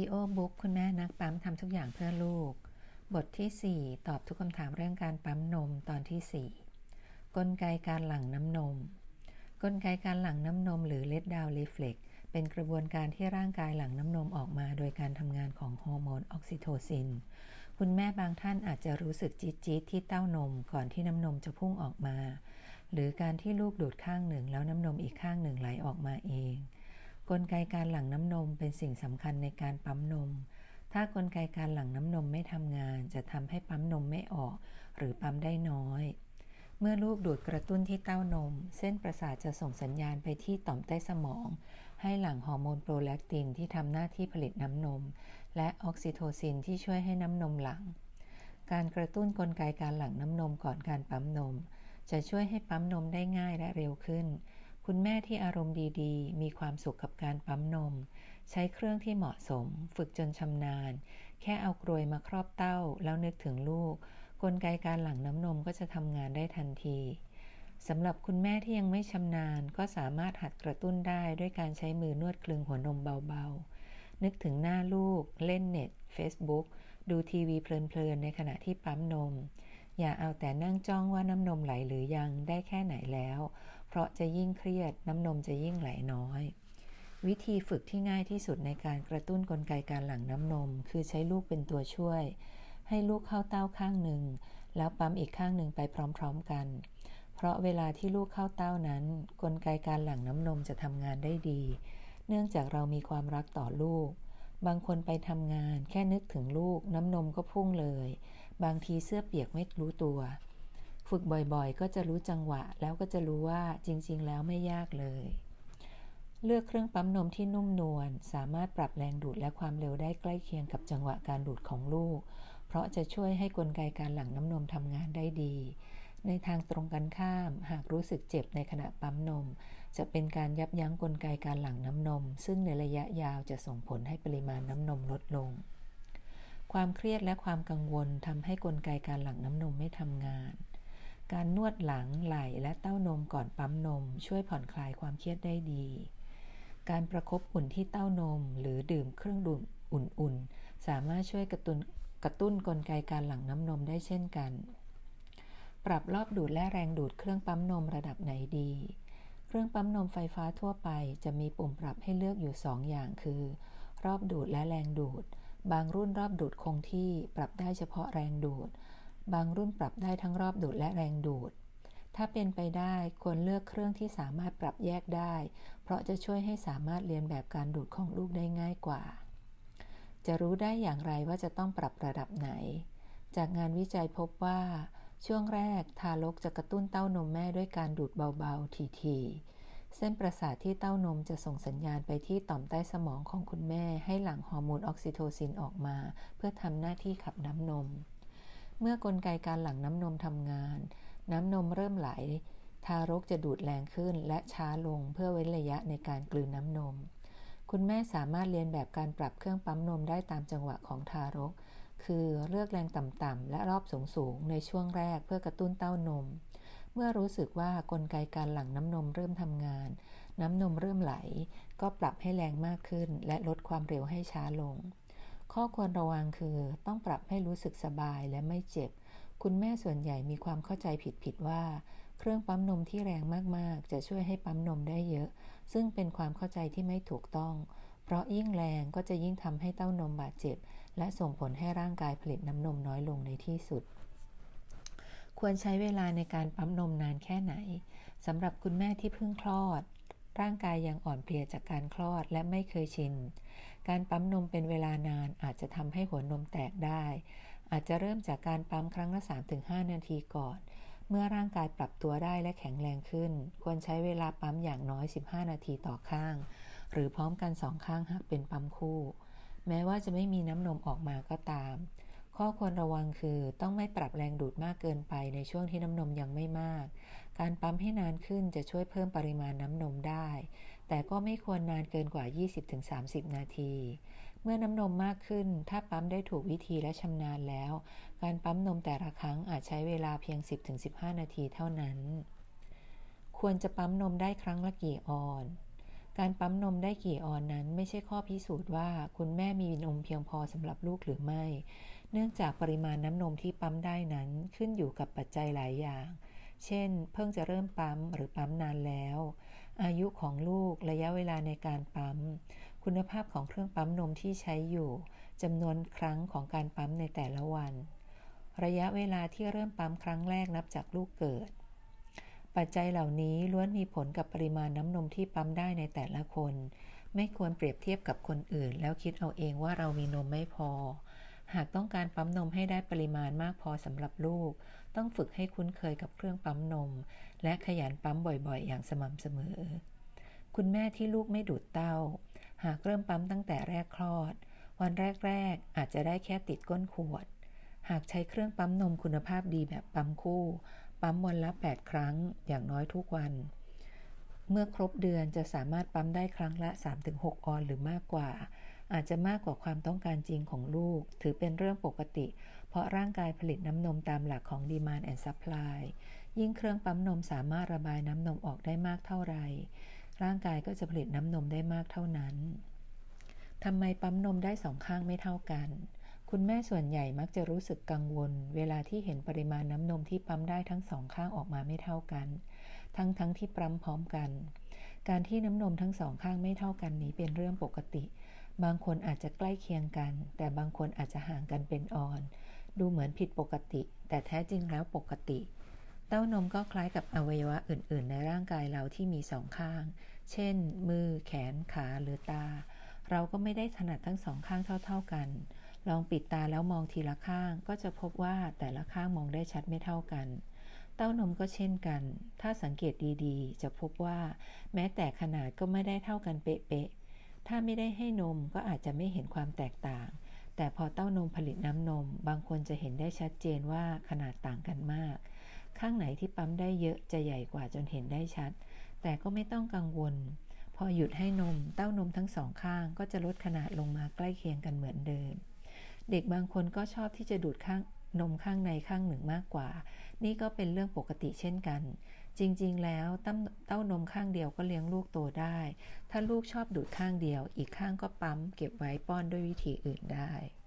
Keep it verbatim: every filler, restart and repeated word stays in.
Audio Book คุณแม่นักปั๊มทำทุกอย่างเพื่อลูกบทที่สี่ตอบทุกคำถามเรื่องการปั๊มนมตอนที่สี่กลไกการหลั่งน้ำนมกลไกการหลั่งน้ำนมหรือ let down reflex เป็นกระบวนการที่ร่างกายหลั่งน้ำนมออกมาโดยการทำงานของฮอร์โมนออกซิโทซินคุณแม่บางท่านอาจจะรู้สึกจี๊ดๆที่เต้านมก่อนที่น้ำนมจะพุ่งออกมาหรือการที่ลูกดูดข้างหนึ่งแล้วน้ำนมอีกข้างหนึ่งไหลออกมาเองกลไกการหลั่งน้ำนมเป็นสิ่งสำคัญในการปั๊มนมถ้ากลไกการหลั่งน้ำนมไม่ทำงานจะทำให้ปั๊มนมไม่ออกหรือปั๊มได้น้อยเมื่อลูกดูดกระตุ้นที่เต้านมเส้นประสาทจะส่งสัญญาณไปที่ต่อมใต้สมองให้หลั่งฮอร์โมนโปรแลคตินที่ทำหน้าที่ผลิตน้ำนมและออกซิโทซินที่ช่วยให้น้ำนมหลั่งการกระตุ้นกลไกการหลั่งน้ำนมก่อนการปั๊มนมจะช่วยให้ปั๊มนมได้ง่ายและเร็วขึ้นคุณแม่ที่อารมณ์ดีๆมีความสุขกับการปั๊มนมใช้เครื่องที่เหมาะสมฝึกจนชำนาญแค่เอากรวยมาครอบเต้าแล้วนึกถึงลูกกลไกการหลั่งน้ำนมก็จะทำงานได้ทันทีสำหรับคุณแม่ที่ยังไม่ชำนาญก็สามารถหัดกระตุ้นได้ด้วยการใช้มือนวดคลึงหัวนมเบาๆนึกถึงหน้าลูกเล่นเน็ต Facebook ดูทีวีเพลินๆในขณะที่ปั๊มนมอย่าเอาแต่นั่งจ้องว่าน้ำนมไหลหรือยังได้แค่ไหนแล้วเพราะจะยิ่งเครียดน้ำนมจะยิ่งไหลน้อยวิธีฝึกที่ง่ายที่สุดในการกระตุ้นกลไกการหลั่งน้ำนมคือใช้ลูกเป็นตัวช่วยให้ลูกเข้าเต้าข้างหนึ่งแล้วปั๊มอีกข้างหนึ่งไปพร้อมๆกันเพราะเวลาที่ลูกเข้าเต้านั้นกลไกการหลั่งน้ำนมจะทำงานได้ดีเนื่องจากเรามีความรักต่อลูกบางคนไปทำงานแค่นึกถึงลูกน้ำนมก็พุ่งเลยบางทีเสื้อเปียกไม่รู้ตัวฝึกบ่อยๆก็จะรู้จังหวะแล้วก็จะรู้ว่าจริงๆแล้วไม่ยากเลยเลือกเครื่องปั๊มนมที่นุ่มนวลสามารถปรับแรงดูดและความเร็วได้ใกล้เคียงกับจังหวะการดูดของลูกเพราะจะช่วยให้กลไกการหลั่งน้ำนมทำงานได้ดีในทางตรงกันข้ามหากรู้สึกเจ็บในขณะปั๊มนมจะเป็นการยับยั้งกลไกการหลั่งน้ำนมซึ่งในระยะยาวจะส่งผลให้ปริมาณน้ำนมลดลงความเครียดและความกังวลทำให้กลไกการหลั่งน้ำนมไม่ทำงานการนวดหลังไหล่และเต้านมก่อนปั๊มนมช่วยผ่อนคลายความเครียดได้ดีการประคบอุ่นที่เต้านมหรือดื่มเครื่องดื่มอุ่นๆสามารถช่วยกระตุ้นกระตุ้นกลไกการหลั่งน้ำนมได้เช่นกันปรับรอบดูดและแรงดูดเครื่องปั๊มนมระดับไหนดีเครื่องปั๊มนมไฟฟ้าทั่วไปจะมีปุ่มปรับให้เลือกอยู่สองอย่างคือรอบดูดและแรงดูดบางรุ่นรอบดูดคงที่ปรับได้เฉพาะแรงดูดบางรุ่นปรับได้ทั้งรอบดูดและแรงดูดถ้าเป็นไปได้ควรเลือกเครื่องที่สามารถปรับแยกได้เพราะจะช่วยให้สามารถเรียนแบบการดูดของลูกได้ง่ายกว่าจะรู้ได้อย่างไรว่าจะต้องปรับระดับไหนจากงานวิจัยพบว่าช่วงแรกทารกจะกระตุ้นเต้านมแม่ด้วยการดูดเบาๆทีๆเส้นประสาทที่เต้านมจะส่งสัญญาณไปที่ต่อมใต้สมองของคุณแม่ให้หลั่งฮอร์โมนออกซิโทซินออกมาเพื่อทำหน้าที่ขับน้ำนมเมื่อกลไกการหลั่งน้ำนมทำงานน้ำนมเริ่มไหลทารกจะดูดแรงขึ้นและช้าลงเพื่อเว้นระยะในการกลืนน้ำนมคุณแม่สามารถเรียนแบบการปรับเครื่องปั๊มนมได้ตามจังหวะของทารกคือเลือกแรงต่ำๆและรอบสูงๆในช่วงแรกเพื่อกระตุ้นเต้านมเมื่อรู้สึกว่ากลไกการหลั่งน้ำนมเริ่มทำงานน้ำนมเริ่มไหลก็ปรับให้แรงมากขึ้นและลดความเร็วให้ช้าลงข้อควรระวังคือต้องปรับให้รู้สึกสบายและไม่เจ็บคุณแม่ส่วนใหญ่มีความเข้าใจผิดๆว่าเครื่องปั๊มนมที่แรงมากๆจะช่วยให้ปั๊มนมได้เยอะซึ่งเป็นความเข้าใจที่ไม่ถูกต้องเพราะยิ่งแรงก็จะยิ่งทำให้เต้านมบาดเจ็บและส่งผลให้ร่างกายผลิตน้ำนมน้อยลงในที่สุดควรใช้เวลาในการปั๊มนมนานแค่ไหนสำหรับคุณแม่ที่เพิ่งคลอดร่างกายยังอ่อนเพลียจากการคลอดและไม่เคยชินการปั๊มนมเป็นเวลานานอาจจะทำให้หัวนมแตกได้อาจจะเริ่มจากการปั๊มครั้งละ สามถึงห้า นาทีก่อนเมื่อร่างกายปรับตัวได้และแข็งแรงขึ้นควรใช้เวลาปั๊มอย่างน้อยสิบห้านาทีต่อข้างหรือพร้อมกันสองข้างหากเป็นปั๊มคู่แม้ว่าจะไม่มีน้ำนมออกมาก็ตามข้อควรระวังคือต้องไม่ปรับแรงดูดมากเกินไปในช่วงที่น้ำนมยังไม่มากการปั๊มให้นานขึ้นจะช่วยเพิ่มปริมาณน้ำนมได้แต่ก็ไม่ควรนานเกินกว่า ยี่สิบถึงสามสิบ นาทีเมื่อน้ำนมมากขึ้นถ้าปั๊มได้ถูกวิธีและชำนาญแล้วการปั๊มนมแต่ละครั้งอาจใช้เวลาเพียง สิบถึงสิบห้า นาทีเท่านั้นควรจะปั๊มนมได้ครั้งละกี่ออนการปั๊มนมได้กี่ออนนั้นไม่ใช่ข้อพิสูจน์ว่าคุณแม่มีนมเพียงพอสำหรับลูกหรือไม่เนื่องจากปริมาณน้ำนมที่ปั๊มได้นั้นขึ้นอยู่กับปัจจัยหลายอย่างเช่นเพิ่งจะเริ่มปั๊มหรือปั๊มนานแล้วอายุของลูกระยะเวลาในการปั๊มคุณภาพของเครื่องปั๊มนมที่ใช้อยู่จำนวนครั้งของการปั๊มในแต่ละวันระยะเวลาที่เริ่มปั๊มครั้งแรกนับจากลูกเกิดปัจจัยเหล่านี้ล้วนมีผลกับปริมาณน้ำนมที่ปั๊มได้ในแต่ละคนไม่ควรเปรียบเทียบกับคนอื่นแล้วคิดเอาเองว่าเรามีนมไม่พอหากต้องการปั๊มนมให้ได้ปริมาณมากพอสำหรับลูกต้องฝึกให้คุ้นเคยกับเครื่องปั๊มนมและขยันปั๊มบ่อยๆอย่างสม่ำเสมอคุณแม่ที่ลูกไม่ดูดเต้าหากเริ่มปั๊มตั้งแต่แรกคลอดวันแรกๆอาจจะได้แค่ติดก้นขวดหากใช้เครื่องปั๊มนมคุณภาพดีแบบปั๊มคู่ปั๊มวันละแปดครั้งอย่างน้อยทุกวันเมื่อครบเดือนจะสามารถปั๊มได้ครั้งละ สามถึงหก ออนหรือมากกว่าอาจจะมากกว่าความต้องการจริงของลูกถือเป็นเรื่องปกติเพราะร่างกายผลิตน้ำนมตามหลักของ Demand and Supply ยิ่งเครื่องปั๊มนมสามารถระบายน้ำนมออกได้มากเท่าไหร่ร่างกายก็จะผลิตน้ำนมได้มากเท่านั้นทำไมปั๊มนมได้สองข้างไม่เท่ากันคุณแม่ส่วนใหญ่มักจะรู้สึกกังวลเวลาที่เห็นปริมาณน้ำนมที่ปั๊มได้ทั้งสองข้างออกมาไม่เท่ากันทั้งทั้งที่ปั๊มพร้อมกันการที่น้ำนมทั้งสองข้างไม่เท่ากันนี้เป็นเรื่องปกติบางคนอาจจะใกล้เคียงกันแต่บางคนอาจจะห่างกันเป็นออนดูเหมือนผิดปกติแต่แท้จริงแล้วปกติเต้านมก็คล้ายกับอวัยวะอื่นๆในร่างกายเราที่มีสองข้างเช่นมือแขนขาหรือตาเราก็ไม่ได้ถนัดทั้งสองข้างเท่าๆกันลองปิดตาแล้วมองทีละข้างก็จะพบว่าแต่ละข้างมองได้ชัดไม่เท่ากันเต้านมก็เช่นกันถ้าสังเกตดีๆจะพบว่าแม้แต่ขนาดก็ไม่ได้เท่ากันเป๊ะๆถ้าไม่ได้ให้นมก็อาจจะไม่เห็นความแตกต่างแต่พอเต้านมผลิตน้ำนมบางคนจะเห็นได้ชัดเจนว่าขนาดต่างกันมากข้างไหนที่ปั๊มได้เยอะจะใหญ่กว่าจนเห็นได้ชัดแต่ก็ไม่ต้องกังวลพอหยุดให้นมเต้านมทั้งสองข้างก็จะลดขนาดลงมาใกล้เคียงกันเหมือนเดิมเด็กบางคนก็ชอบที่จะดูดข้างนมข้างในข้างหนึ่งมากกว่านี่ก็เป็นเรื่องปกติเช่นกันจริงๆแล้วเต้าเต้านมข้างเดียวก็เลี้ยงลูกโตได้ถ้าลูกชอบดูดข้างเดียวอีกข้างก็ปั๊มเก็บไว้ป้อนด้วยวิธีอื่นได้